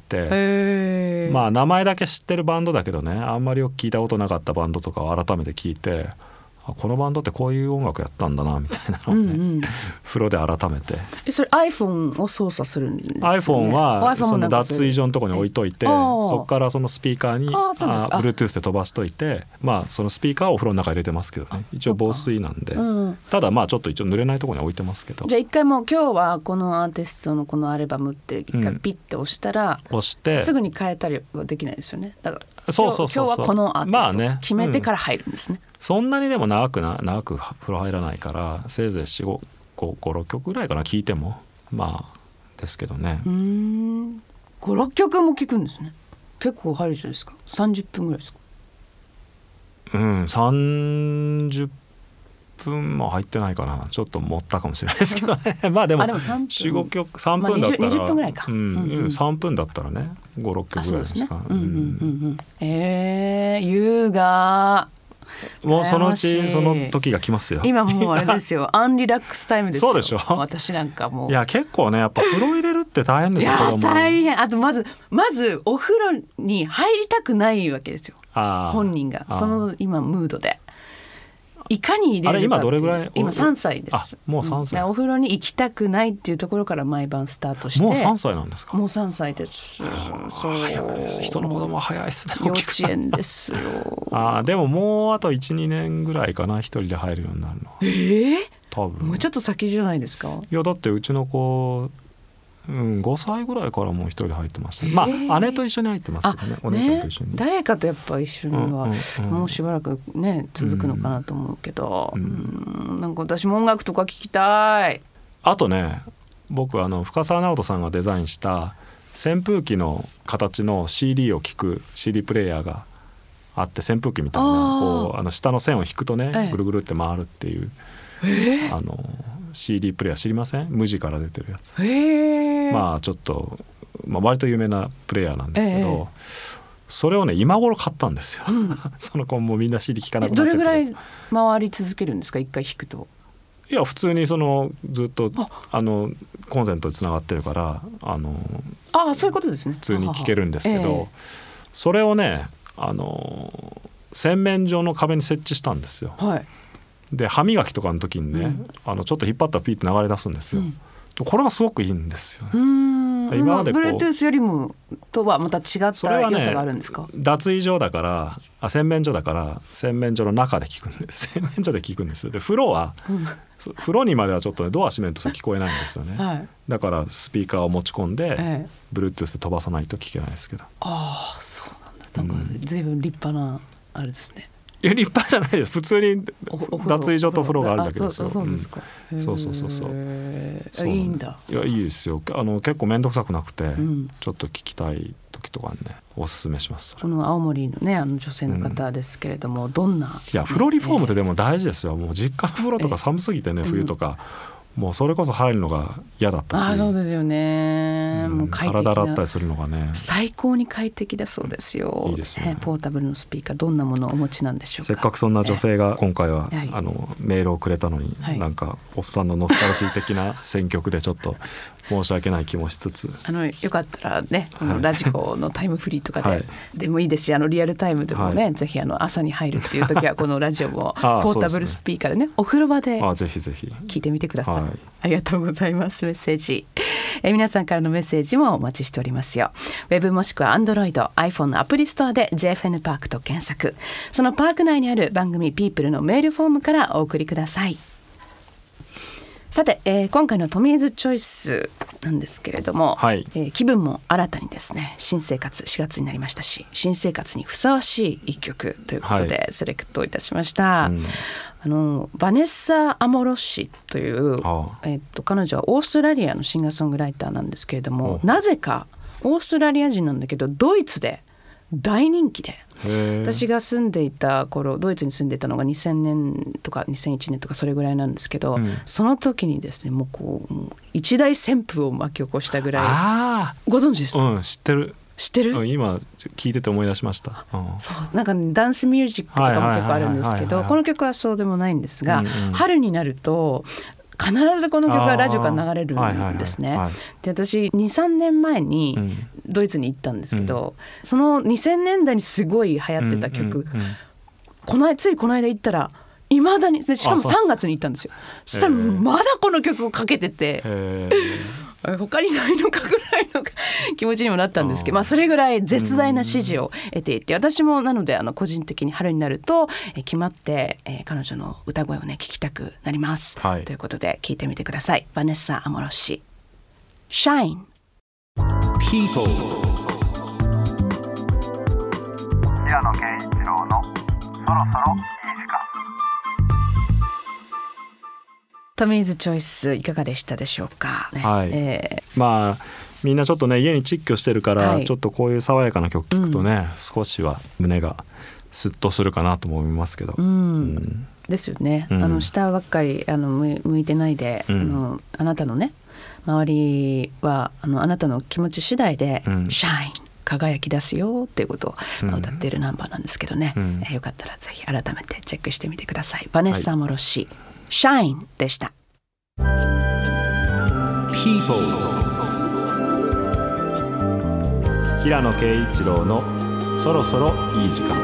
まあ名前だけ知ってるバンドだけどね、あんまりよく聞いたことなかったバンドとかを改めて聞いて、このバンドってこういう音楽やったんだなみたいなのをね、うんうん、風呂で改めて。 え、それ iPhone を操作するんですよね。 iPhone はその脱衣所のところに置いといて、そこからそのスピーカーにああ Bluetooth で飛ばしといて、まあそのスピーカーをお風呂の中に入れてますけどね、一応防水なんで、うん、ただまあちょっと一応濡れないところに置いてますけど。 じゃあ一回もう今日はこのアーティストのこのアルバムって一回ピッて押したら、うん、押してすぐに変えたりはできないですよね。だからそうそうそうそう、 今日はこのアーティスト決めてから入るんですね、まあね、うん、 そんなにでも長くな長く風呂入らないから、せいぜい よん、ご、ご、ろっきょくぐらいかな、聴いてもまあですけどね。 うーん、ご、ろっきょくも聴くんですね。結構入るじゃないですか。さんじゅっぷんぐらいですか。 うん、さんじゅっぷんも入ってないかな、ちょっと持ったかもしれないですけどねまあでもよん、ごきょくさんぷんだったら、まあ、にじゅっぷんぐらいか、うんうんうん、さんぷんだったらね、ご、ろっきょくぐらいですか。 ね、うんうんうんうん、えー、優雅。 もうそのうちその時が来ますよ。 今もうあれですよアンリラックスタイムですよ。 そうでしょ。 私なんかもう、 いや結構ね、やっぱ風呂入れるって大変ですよ。 いや大変。あとまずまずお風呂に入りたくないわけですよ、本人がその今ムードでいかに入れるかっていう。あれ今どれぐらい？今さんさいです。 あ、もうさんさい、 うん、お風呂に行きたくないっていうところから毎晩スタートして。 もうさんさいなんですか？ もうさんさいです。 そう、早いです。人の子供は早いですね。 幼稚園ですよあ、でももうあと いち、にねんぐらいかな、一人で入るようになるの。 えー、 多分もうちょっと先じゃないですか。 いやだってうちの子、うん、ごさいぐらいからもう一人で入ってました、ね、まあ姉と一緒に入ってますけどね、お姉ちゃんと一緒に、 ね、誰かとやっぱ一緒には、うんうんうん、もうしばらくね続くのかなと思うけど、うんうん、なんか私も音楽とか聴きたい。 あとね、僕あの深澤直人さんがデザインした扇風機の形の シーディー を聴く シーディー プレイヤーがあって、扇風機みたいなこうあの下の線を引くとね、ええ、ぐるぐるって回るっていう、えー、あのシーディー プレイヤー知りません？無地から出てるやつ、えー、まあちょっと、まあ、割と有名なプレイヤーなんですけど、えー、それをね今頃買ったんですよ、うん、その子もみんな シーディー 聞かなくなってて。 どれぐらい回り続けるんですか、一回弾くと。 いや普通にそのずっと あ, あのコンセントにつながってるからあのあそういうことですね。 普通に聴けるんですけど、ははは、えー、それをねあの洗面所の壁に設置したんですよ、 はい、 で歯磨きとかの時にね、うん、あのちょっと引っ張ったらピーって流れ出すんですよ、うん、これがすごくいいんですよね。うーん、今までこう Bluetooth よりもとはまた違った良さがあるんですか？ それはね、脱衣所だからあ洗面所だから洗面所の中で聞くんです洗面所で聞くんですよ。で風呂は、うん、風呂にまではちょっと、ね、ドア閉めると聞こえないんですよね、はい、だからスピーカーを持ち込んで、ええ、Bluetooth で飛ばさないと聞けないですけど。 ああ、そうなんだ。なんか随分立派なあれですね。 いや立派じゃないです。普通に脱衣所と風呂があるだけですよ。 そうですか。 そうそうそうそう。 いいんだ。 いやいいですよ。あの結構面倒くさくなくて、うん、ちょっと聞きたい時とかにねおすすめします。 この青森のねあの女性の方ですけれども、うん、どんな、いや風呂リフォームってでも大事ですよ。もう実家の風呂とか寒すぎてね、冬とか。もうそれこそ入るのが嫌だったし。 あ、そうですよね、うん、もう快適な、 体洗ったりするのがね最高に快適だそうですよ。 いいですね。 ポータブルのスピーカーどんなものをお持ちなんでしょうか？ せっかくそんな女性が今回は、えあのメールをくれたのに、はい、なんかおっさんのノスタルジー的な選曲でちょっと申し訳ない気もしつつあのよかったらねこのラジコのタイムフリーとかで、はい、でもいいですし、あのリアルタイムでもね、はい、ぜひあの朝に入るっていう時はこのラジオもポータブルスピーカーでねお風呂場であぜひぜひ聞いてみてください。 はい、 ありがとうございます。メッセージえ皆さんからのメッセージもお待ちしておりますよ。ウェブもしくは Android、iPhone のアプリストアで ジェイエフエヌ パークと検索、そのパーク内にある番組ピープルのメールフォームからお送りください。さて、えー、今回のトミーズチョイスなんですけれども、はい、えー、気分も新たにですね、新生活しがつになりましたし、新生活にふさわしい一曲ということでセレクトいたしました、はい、うん、あのバネッサ・アモロッシという、えー、っと彼女はオーストラリアのシンガーソングライターなんですけれども、なぜかオーストラリア人なんだけどドイツで大人気で、私が住んでいた頃ドイツに住んでいたのがにせんねんとかにせんいちねんとかそれぐらいなんですけど、うん、その時にですねもうこうもう一大旋風を巻き起こしたぐらい。あご存知ですか？ うん、知ってる知ってる、 うん、今聞いてて思い出しました、うん、 そうなんか、ね、ダンスミュージックとかも結構あるんですけど、この曲はそうでもないんですが、うんうん、春になると必ずこの曲がラジオから流れるんですね、はいはいはいはい、で私 にさんねんまえにドイツに行ったんですけど、うん、そのにせんねんだいにすごい流行ってた曲、うんうんうん、このついこの間行ったらいまだに、しかもさんがつに行ったんですよ。そしたらまだこの曲をかけてて、他にないのかぐらいの気持ちにもなったんですけど、まあ、それぐらい絶大な支持を得ていて、私もなのであの個人的に春になると決まって、えー、彼女の歌声をね聞きたくなります、はい、ということで聞いてみてください。バネッサ・アモロッシ Shine People 平野啓一郎のそろそろいい時間。 トミーズチョイスいかがでしたでしょうか、ね、 はい、えー、まあみんなちょっとね家に窒居してるから、はい、ちょっとこういう爽やかな曲聴くとね、うん、少しは胸がスッとするかなと思いますけど、うんうん、ですよね、うん、あの下ばっかりあの向いてないで、うん、あのあなたのね周りはあのあなたの気持ち次第で、うん、シャイン輝き出すよっていうことを歌っているナンバーなんですけどね、うん、えー、よかったらぜひ改めてチェックしてみてください。バネッサ・アモロッシ、はい、シャインでした。 People 平野啓一郎のそろそろいい時間。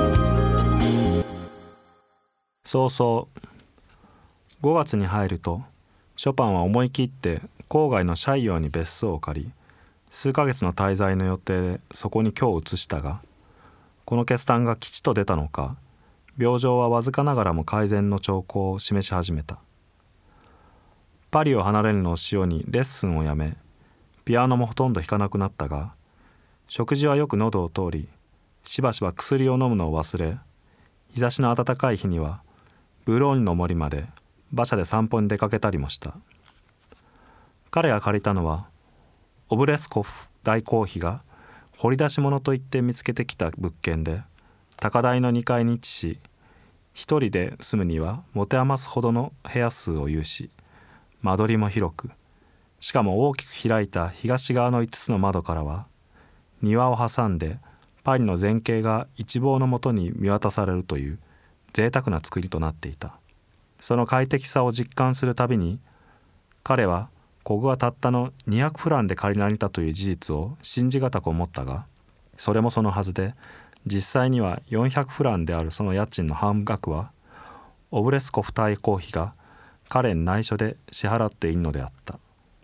そうそうごがつに入るとショパンは思い切って郊外のシャイヨーに別荘を借り、数ヶ月の滞在の予定でそこに居を移したが、この決断が吉と出たのか、病状はわずかながらも改善の兆候を示し始めた。パリを離れるのを潮にレッスンをやめ、ピアノもほとんど弾かなくなったが、食事はよく喉を通り、しばしば薬を飲むのを忘れ、日差しの暖かい日にはブローニの森まで馬車で散歩に出かけたりもした。彼が借りたのはオブレスコフ大公妃が掘り出し物と言って見つけてきた物件で、高台のにかいに位置し、一人で住むには持て余すほどの部屋数を有し、間取りも広く、しかも大きく開いた東側のいつつの窓からは庭を挟んでパリの全景が一望のもとに見渡されるという贅沢な作りとなっていた。その快適さを実感するたびに、彼はここがたったのにひゃくフランで借りられたという事実を信じがたく思ったが、それもそのはずで、実際にはよんひゃくフランであるその家賃の半額はオブレスコフ大公妃が彼に内緒で支払っているのであった。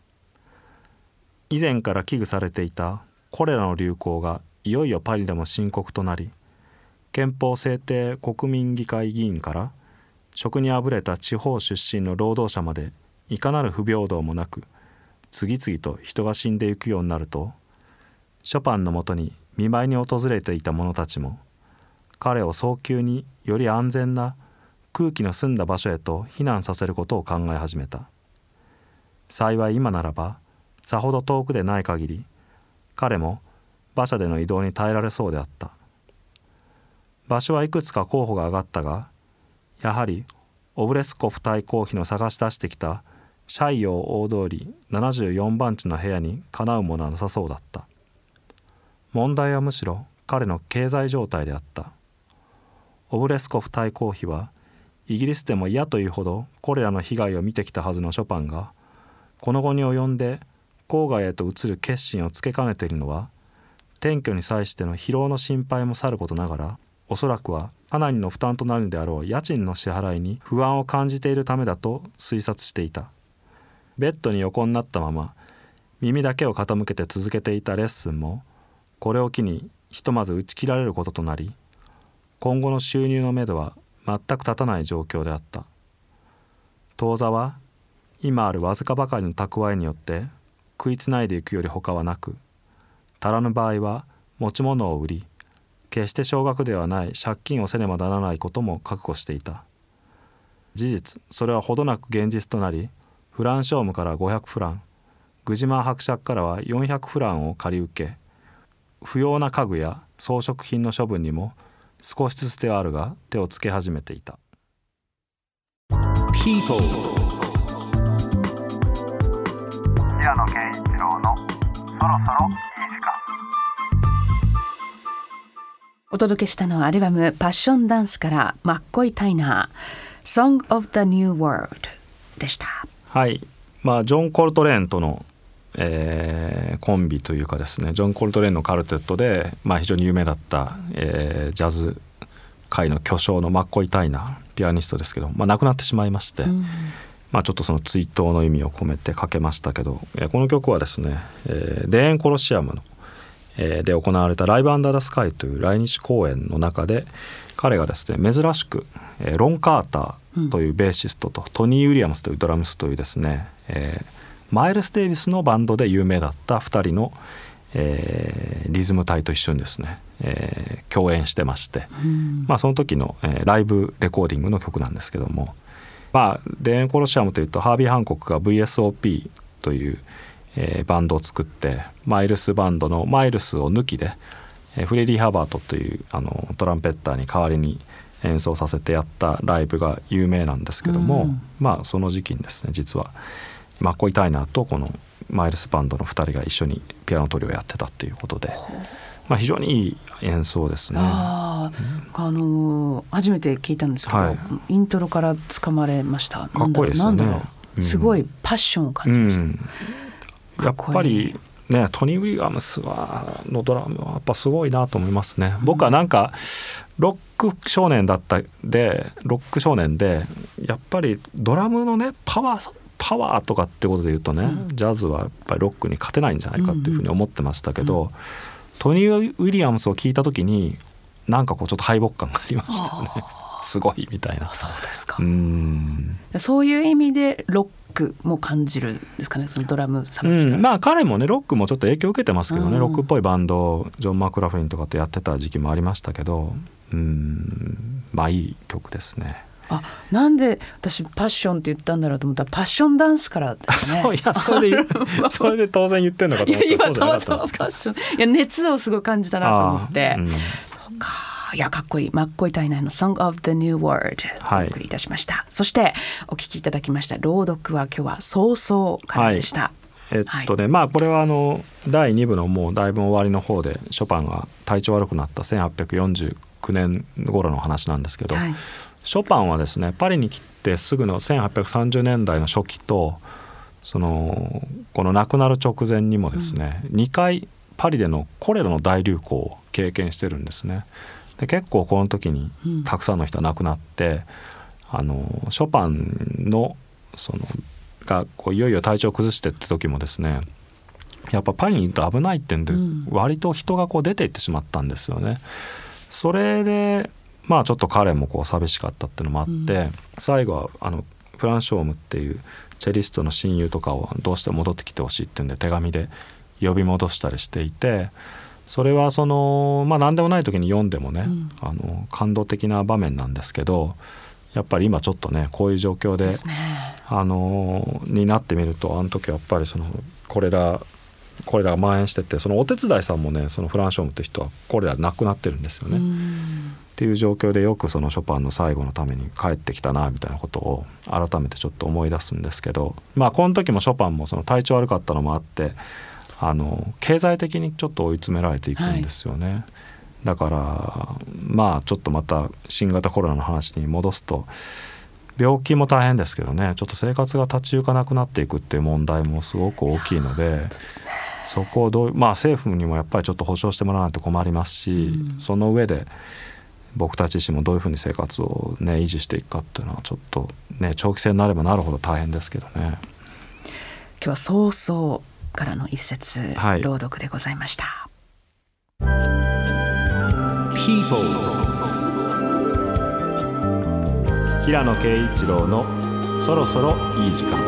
以前から危惧されていたコレラの流行がいよいよパリでも深刻となり、憲法制定国民議会議員から職にあぶれた地方出身の労働者までいかなる不平等もなく次々と人が死んでいくようになると、ショパンのもとに見舞いに訪れていた者たちも彼を早急により安全な空気の澄んだ場所へと避難させることを考え始めた。幸い今ならばさほど遠くでない限り彼も馬車での移動に耐えられそうであった。場所はいくつか候補が上がったが、やはりオブレスコフ大公妃の探し出してきたシャイヨー大通りななじゅうよんばん地の部屋にかなうものはなさそうだった。問題はむしろ彼の経済状態であった。オブレスコフ大公妃はイギリスでも嫌というほどコレラの被害を見てきたはずのショパンがこの後に及んで郊外へと移る決心をつけかねているのは、転居に際しての疲労の心配もさることながら、おそらくはアナニの負担となるであろう家賃の支払いに不安を感じているためだと推察していた。ベッドに横になったまま耳だけを傾けて続けていたレッスンもこれを機にひとまず打ち切られることとなり、今後の収入のめどは全く立たない状況であった。当座は今あるわずかばかりの蓄えによって食いつないでいくより他はなく、足らぬ場合は持ち物を売り、決して少額ではない借金をせねばならないことも覚悟していた。事実それはほどなく現実となり、フランショームからごひゃくフラン、グジマー伯爵からはよんひゃくフランを借り受け、不要な家具や装飾品の処分にも少しずつではあるが手をつけ始めていた。 People 平野啓一郎のそろそろいい時間。 お届けしたのはアルバムパッションダンスからマッコイ・タイナー Song of the New World でした。 はい、まあ、ジョン・コルトレーンとの、えー、コンビというかですね、ジョン・コルトレーンのカルテットで、まあ、非常に有名だった、えー、ジャズ界の巨匠のマッコイ・タイナーピアニストですけど、まあ、亡くなってしまいまして、うんまあ、ちょっとその追悼の意味を込めてかけましたけど、えー、この曲はですね、えー、田園コロシアムので行われたライブアンダーダスカイという来日公演の中で、彼がですね珍しくロン・カーターというベーシストと、うん、トニー・ウィリアムスというドラムスというですね、えー、マイルス・デイビスのバンドで有名だったふたりの、えー、リズム隊と一緒にですね、えー、共演してまして、うんまあ、その時の、えー、ライブレコーディングの曲なんですけども、まあ、田園コロシアムというとハービー・ハンコックが ブイエスオーピー というえー、バンドを作ってマイルスバンドのマイルスを抜きで、えー、フレディ・ハバートというあのトランペッターに代わりに演奏させてやったライブが有名なんですけども、うんまあ、その時期にですね実はマッコイ・タイナーとこのマイルスバンドのふたりが一緒にピアノトリをやってたということで、まあ、非常にいい演奏ですね。 あ、うん、あのー、初めて聞いたんですけど、はい、イントロからつかまれました。 かっこいいですよね。 なんだろう、すごいパッションを感じました、うんやっぱりね、トニー・ウィリアムスはのドラムはやっぱすごいなと思いますね。僕はなんかロック少年だったでロック少年でやっぱりドラムのねパワーパワーとかってことで言うとね、うん、ジャズはやっぱりロックに勝てないんじゃないかっていうふうに思ってましたけど、うんうん、トニー・ウィリアムスを聞いた時になんかこうちょっと敗北感がありましたよね。すごいみたいな。 そうですか。 うーんそういう意味でロックも感じるんですかね、そのドラムさばきが、 うん、まあ彼もねロックもちょっと影響を受けてますけどね、うん、ロックっぽいバンドジョン・マクラフリンとかとやってた時期もありましたけど、うーんまあいい曲ですね。 あ、なんで私パッションって言ったんだろうと思ったらパッションダンスからですね。 そういやそれでそれで当然言ってんのかと思ったらそうじゃなかったんですか。 パッションいや熱をすごい感じたなと思って、うん、そうか、いやかっこいいマッコイ・タイナーの Song of the New World お送りいたしました、はい、そしてお聞きいただきました朗読は今日は早々からでした、はい、 えっとね、はい、まあこれはあのだいに部のもうだいぶ終わりの方でショパンが体調悪くなったせんはっぴゃくよんじゅうきゅうねん頃の話なんですけど、はい、ショパンはですねパリに来てすぐのせんはっぴゃくさんじゅうねんだいの初期とそのこの亡くなる直前にもですね、うん、にかいパリでのコレラの大流行を経験してるんですね。で結構この時にたくさんの人が亡くなって、 あのショパンのそのがこういよいよ体調を崩してって時もですね、やっぱパリにいると危ないってんで、うん、割と人がこう出ていってしまったんですよね。それでまあちょっと彼もこう寂しかったっていうのもあって、うん、最後はあのフランショームっていうチェリストの親友とかをどうしても戻ってきてほしいっていうんで手紙で呼び戻したりしていて、それはそのまあ何でもない時に読んでもね、うん、あの感動的な場面なんですけど、やっぱり今ちょっとねこういう状況 で, で、ね、あのになってみると、あの時はやっぱりそのコレラコレラが蔓延してて、そのお手伝いさんもねそのフランショームって人はコレラで亡くなってるんですよね。っていう状況でよくそのショパンの最後のために帰ってきたなみたいなことを改めてちょっと思い出すんですけど、まあこの時もショパンもその体調悪かったのもあって、あの経済的にちょっと追い詰められていくんですよね、はい、だからまあちょっとまた新型コロナの話に戻すと、病気も大変ですけどね、ちょっと生活が立ち行かなくなっていくっていう問題もすごく大きいので、そこをどう、まあ、政府にもやっぱりちょっと保障してもらわないと困りますし、うん、その上で僕たち自身もどういうふうに生活を、ね、維持していくかっていうのはちょっと、ね、長期戦になればなるほど大変ですけどね。今日は早々からの一節、はい、朗読でございました。 People 平野啓一郎のそろそろいい時間。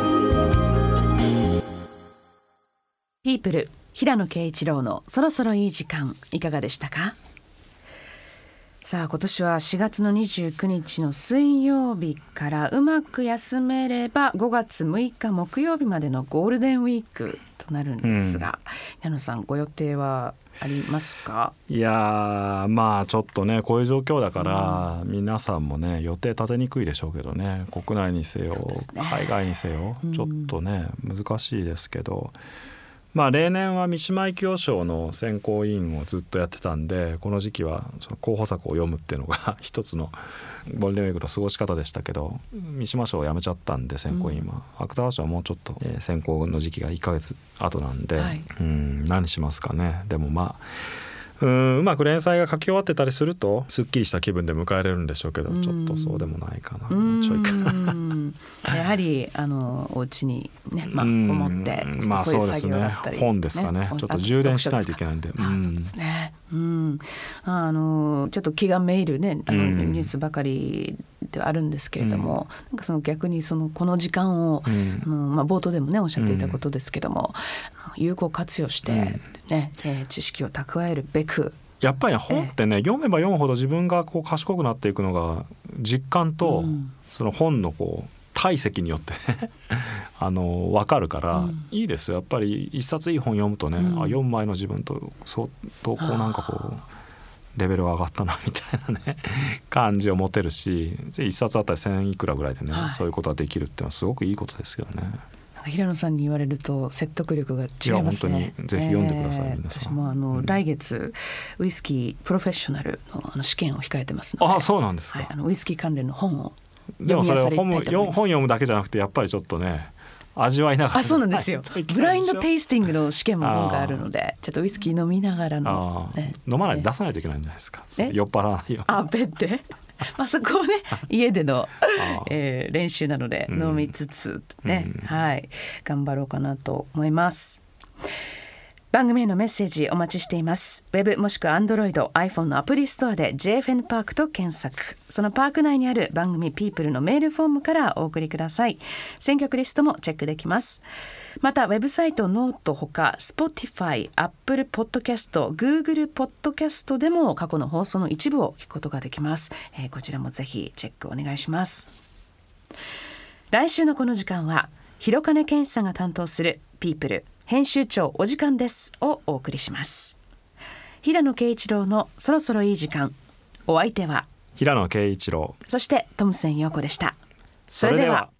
ピープル平野啓一郎のそろそろいい時間、いかがでしたか？さあ今年はしがつのにじゅうくにちの水曜日からうまく休めればごがつむいか木曜日までのゴールデンウィークとなるんですが、うん、矢野さんご予定はありますか？ いやまあちょっとねこういう状況だから、うん、皆さんもね予定立てにくいでしょうけどね、国内にせよ、ね、海外にせよちょっとね、うん、難しいですけど、まあ例年は三島由紀夫賞の選考委員をずっとやってたんで、この時期はその候補作を読むっていうのが一つのゴールデンウィークの過ごし方でしたけど、三島賞をやめちゃったんで選考委員は、うん、芥川賞はもうちょっと、えー、選考の時期がいっかげつ後なんで、はい、うん何しますかね。でもまあうーんうまく連載が書き終わってたりするとすっきりした気分で迎えれるんでしょうけど、ちょっとそうでもないかな、もうちょいかなやはりあのお家にね、まあ、こもってまあそうですね、本ですかね、ちょっと充電しないといけないんで、うん、 そうですね、うん、あのちょっと気がめいるねあのニュースばかりではあるんですけれども、うん、なんかその逆にそのこの時間を、うんうんまあ、冒頭でもねおっしゃっていたことですけども、うん、有効活用して、ねうんえー、知識を蓄えるべく、 やっぱり本ってね読めば読むほど自分がこう賢くなっていくのが実感と、うん、その本のこう体積によってあの分かるから、うん、いいですよやっぱり一冊いい本読むとね、うん、あ読む前の自分とそうとこうなんかこうレベルが上がったなみたいなね感じを持てるし、一冊あたりせんいくらぐらいでね、はい、そういうことができるっていうのはすごくいいことですけどね。 平野さんに言われると説得力が違いますね。 いや本当にぜひ読んでください、えー、皆さん。 私もあの、うん、来月ウイスキープロフェッショナル の, あの試験を控えてますので。 あそうなんですか、 はい、あのウイスキー関連の本をでもそれは 本, 本読むだけじゃなくてやっぱりちょっとね味わいながら。 あそうなんですよブラインドテイスティングの試験も本があるので、ちょっとウイスキー飲みながらの、ね、 飲まないで出さないといけないんじゃないですか、酔っ払わないよ。 あベッでまあそこをね家での、えー、練習なので飲みつつね、うん、はい頑張ろうかなと思います。番組へのメッセージお待ちしています。ウェブもしくは Android、iPhone のアプリストアで ジェイエフエヌ パークと検索、そのパーク内にある番組ピープルのメールフォームからお送りください。選曲リストもチェックできます。またウェブサイトノートほか Spotify、Apple Podcast、Google Podcast でも過去の放送の一部を聞くことができます、えー、こちらもぜひチェックお願いします。来週のこの時間は広金健一さんが担当するピープル編集長お時間ですをお送りします。平野啓一郎のそろそろいい時間、お相手は平野啓一郎、 そしてトムセン陽子でした。 それでは